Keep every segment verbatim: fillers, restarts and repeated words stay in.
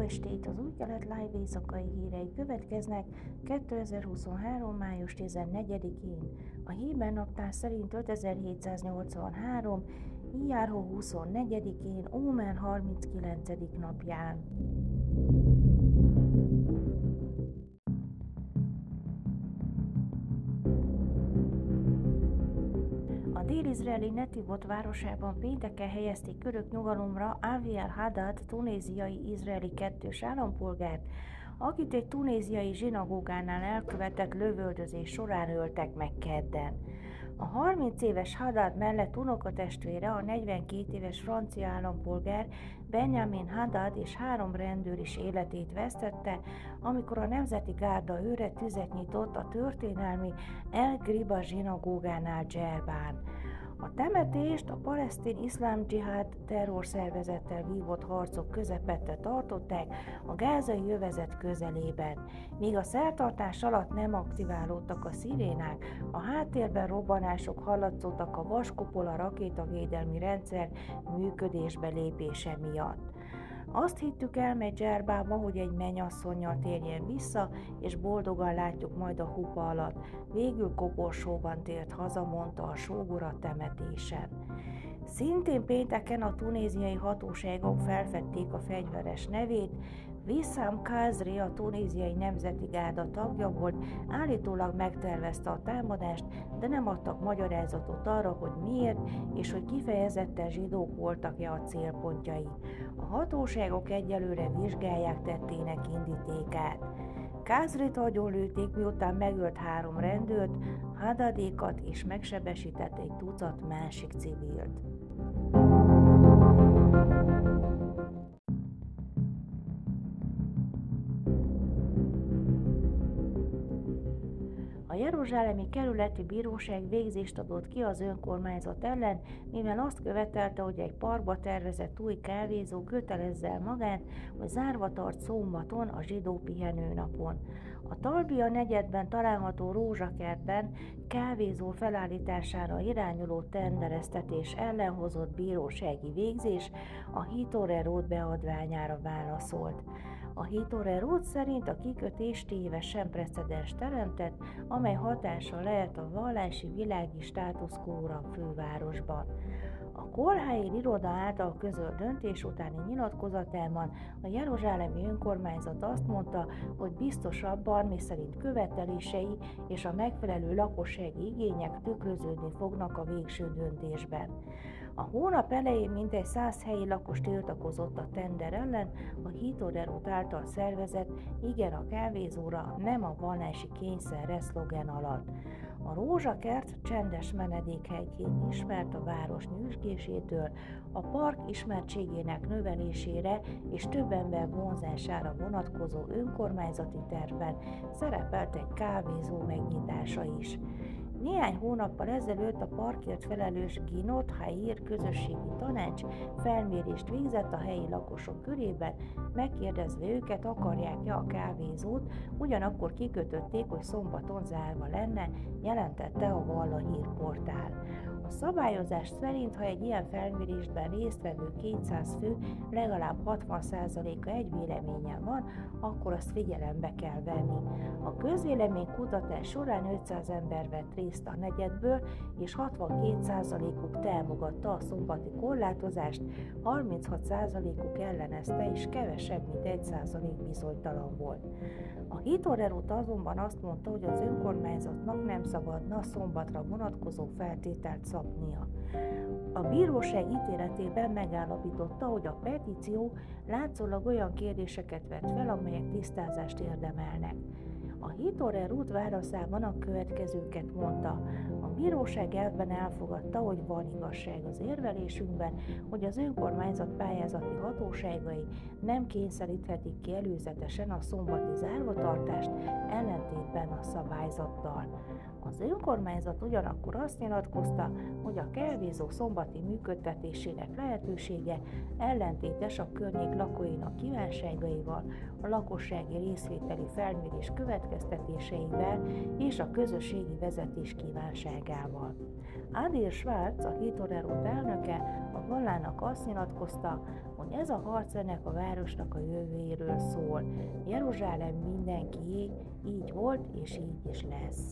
estét! Az Új Kelet Live éjszakai hírei következnek kétezer-huszonhárom. május tizennegyedikén. A Héber naptár szerint ötezer-hétszáznyolcvanhárom. Iyár hó huszonnegyedikén, Ómen harminckilencedik napján. A dél-izraeli Netivot városában pénteken helyezték örök nyugalomra Avi el-Haddad tunéziai izraeli kettős állampolgárt, akit egy tunéziai zsinagógánál elkövetett lövöldözés során öltek meg kedden. A harminc éves Haddad mellett unokatestvére, a negyvenkét éves francia állampolgár Benjamin Haddad és három rendőr is életét vesztette, amikor a Nemzeti Gárda őre tüzet nyitott a történelmi El Griba zsinagógánál Dzerbán. A temetést a palesztin iszlám dzsihád terrorszervezettel vívott harcok közepette tartották a gázai övezet közelében. Míg a szertartás alatt nem aktiválódtak a szirénák, a háttérben robbanások hallatszottak a vaskupola rakétavédelmi rendszer működésbe lépése miatt. Azt hittük, elmegy Dzerbába, hogy egy mennyasszonnyal térjen vissza, és boldogan látjuk majd a hupa alatt. Végül koporsóban tért haza, mondta a sógor a temetésen. Szintén pénteken a tunéziai hatóságok felfedték a fegyveres nevét. Wissam Khazri, a tunéziai Nemzeti Gárda tagja volt, állítólag megtervezte a támadást, de nem adtak magyarázatot arra, hogy miért, és hogy kifejezetten zsidók voltak-e a célpontjai. A hatóságok egyelőre vizsgálják tettének indítékát. Khazrit agyonlőtték, miután megölt három rendőrt, Haddadékat és megsebesített egy tucat másik civilt. A jeruzsálemi kerületi bíróság végzést adott ki az önkormányzat ellen, mivel azt követelte, hogy egy parkba tervezett új kávézó kötelezze el magát, hogy zárva tart szombaton, a zsidó pihenőnapon. A Talbia negyedben található Rózsakertben kávézó felállítására irányuló tendereztetés ellen hozott bírósági végzés a Hitorerot beadványára válaszolt. A Hitorerot szerint a kikötés tévesen precedens teremtett, amely hatással lehet a vallási világi státuszkóra a fővárosban. A Kol-Hair iroda által közölt döntés utáni nyilatkozatában a jeruzsálemi önkormányzat azt mondta, hogy biztos abban, miszerint követelései és a megfelelő lakossági igények tükröződni fognak a végső döntésben. A hónap elején mintegy száz helyi lakos tiltakozott a tender ellen, a Hitorerot által szervezett igen a kávézóra, nem a vallási kényszerre szlogen alatt. A Rózsakert csendes menedékhelyként ismert a város nyüzsgésétől, a park ismertségének növelésére és több ember vonzására vonatkozó önkormányzati tervben szerepelt egy kávézó megnyitása is. Néhány hónappal ezelőtt a parkért felelős Ginot Hair közösségi tanács felmérést végzett a helyi lakosok körében, megkérdezve őket, akarják-e a kávézót, ugyanakkor kikötötték, hogy szombaton zárva lenne, jelentette a Valla hírportál. A szabályozás szerint, ha egy ilyen felmérésben résztvevő kétszáz fő legalább hatvan százaléka egy véleményen van, akkor azt figyelembe kell venni. A közvéleménykutatás során ötszáz ember vett részt a negyedből, és hatvankét százalékuk támogatta a szombati korlátozást, harminchat százalékuk ellenezte, és kevesebb, mint egy százalék bizonytalan volt. A Hitorerot azonban azt mondta, hogy az önkormányzatnak nem szabadna szombatra vonatkozó feltételt szabnia. A bíróság ítéletében megállapította, hogy a petíció látszólag olyan kérdéseket vett fel, amelyek tisztázást érdemelnek. A Hitorerot válaszában a következőket mondta. A bíróság elvben elfogadta, hogy van igazság az érvelésünkben, hogy az önkormányzat pályázati hatóságai nem kényszeríthetik ki előzetesen a szombati zárvatartást ellentétben a szabályzattal. Az önkormányzat ugyanakkor azt nyilatkozta, hogy a kávézó szombati működtetésének lehetősége ellentétes a környék lakóinak kívánságaival, a lakossági részvételi felmérés következtetéseivel és a közösségi vezetés kívánságával. Adil Schwarz, a Hitorerot elnöke, a Vallának azt nyilatkozta, hogy Ez a harc ennek a városnak a jövőjéről szól. Jeruzsálem mindenkié, így volt és így is lesz.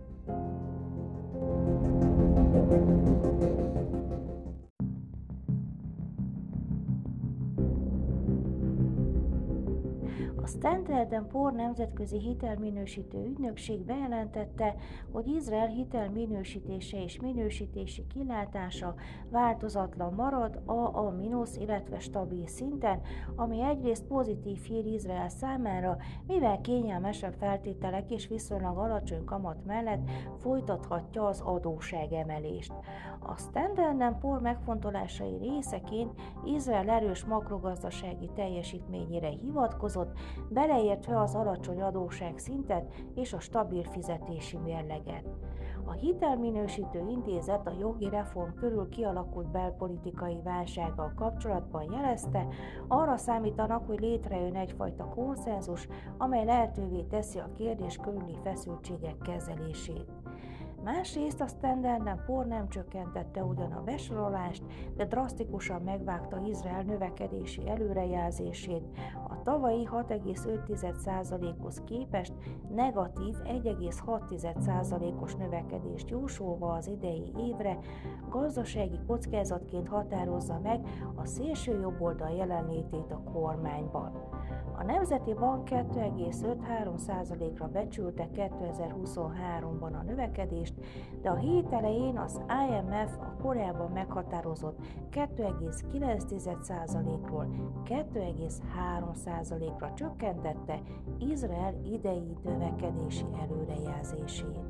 A Standard and Poor nemzetközi hitelminősítő ügynökség bejelentette, hogy Izrael hitelminősítése és minősítési kilátása változatlan marad á á mínusz, illetve stabil szinten, ami egyrészt pozitív hír Izrael számára, mivel kényelmesebb feltételek és viszonylag alacsony kamat mellett folytathatja az adósságemelést. A Standard and Poor megfontolásai részeként Izrael erős makrogazdasági teljesítményére hivatkozott, beleértve az alacsony adósságszintet és a stabil fizetési mérleget. A hitelminősítő intézet a jogi reform körül kialakult belpolitikai válsággal kapcsolatban jelezte, arra számítanak, hogy létrejön egyfajta konszenzus, amely lehetővé teszi a kérdés körüli feszültségek kezelését. Másrészt a Standard and Poor nem csökkentette ugyan a besorolást, de drasztikusan megvágta Izrael növekedési előrejelzését, a tavalyi hat egész öt százalékhoz képest negatív egy egész hat százalékos növekedést jósolva az idei évre, gazdasági kockázatként határozza meg a szélső jobboldal jelenlétét a kormányban. A Nemzeti Bank kettő egész öt-három százalékra becsülte kétezer-huszonháromban a növekedést, de a hét elején az I M F a korábban meghatározott kettő egész kilenc százalékról kettő egész három százalékra csökkentette Izrael idei növekedési előrejelzését.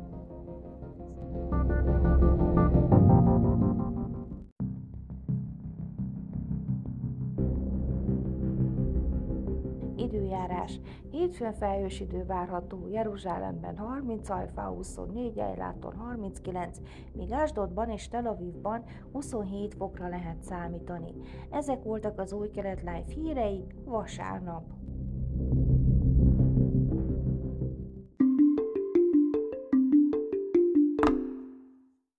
Időjárás. Hétfőn felhős idő várható, Jeruzsálemben harminc, Hajfá huszonnégy, Ejláton harminckilenc, míg Asdodban és Tel Avivban huszonhét fokra lehet számítani. Ezek voltak az Új Kelet Live hírei vasárnap.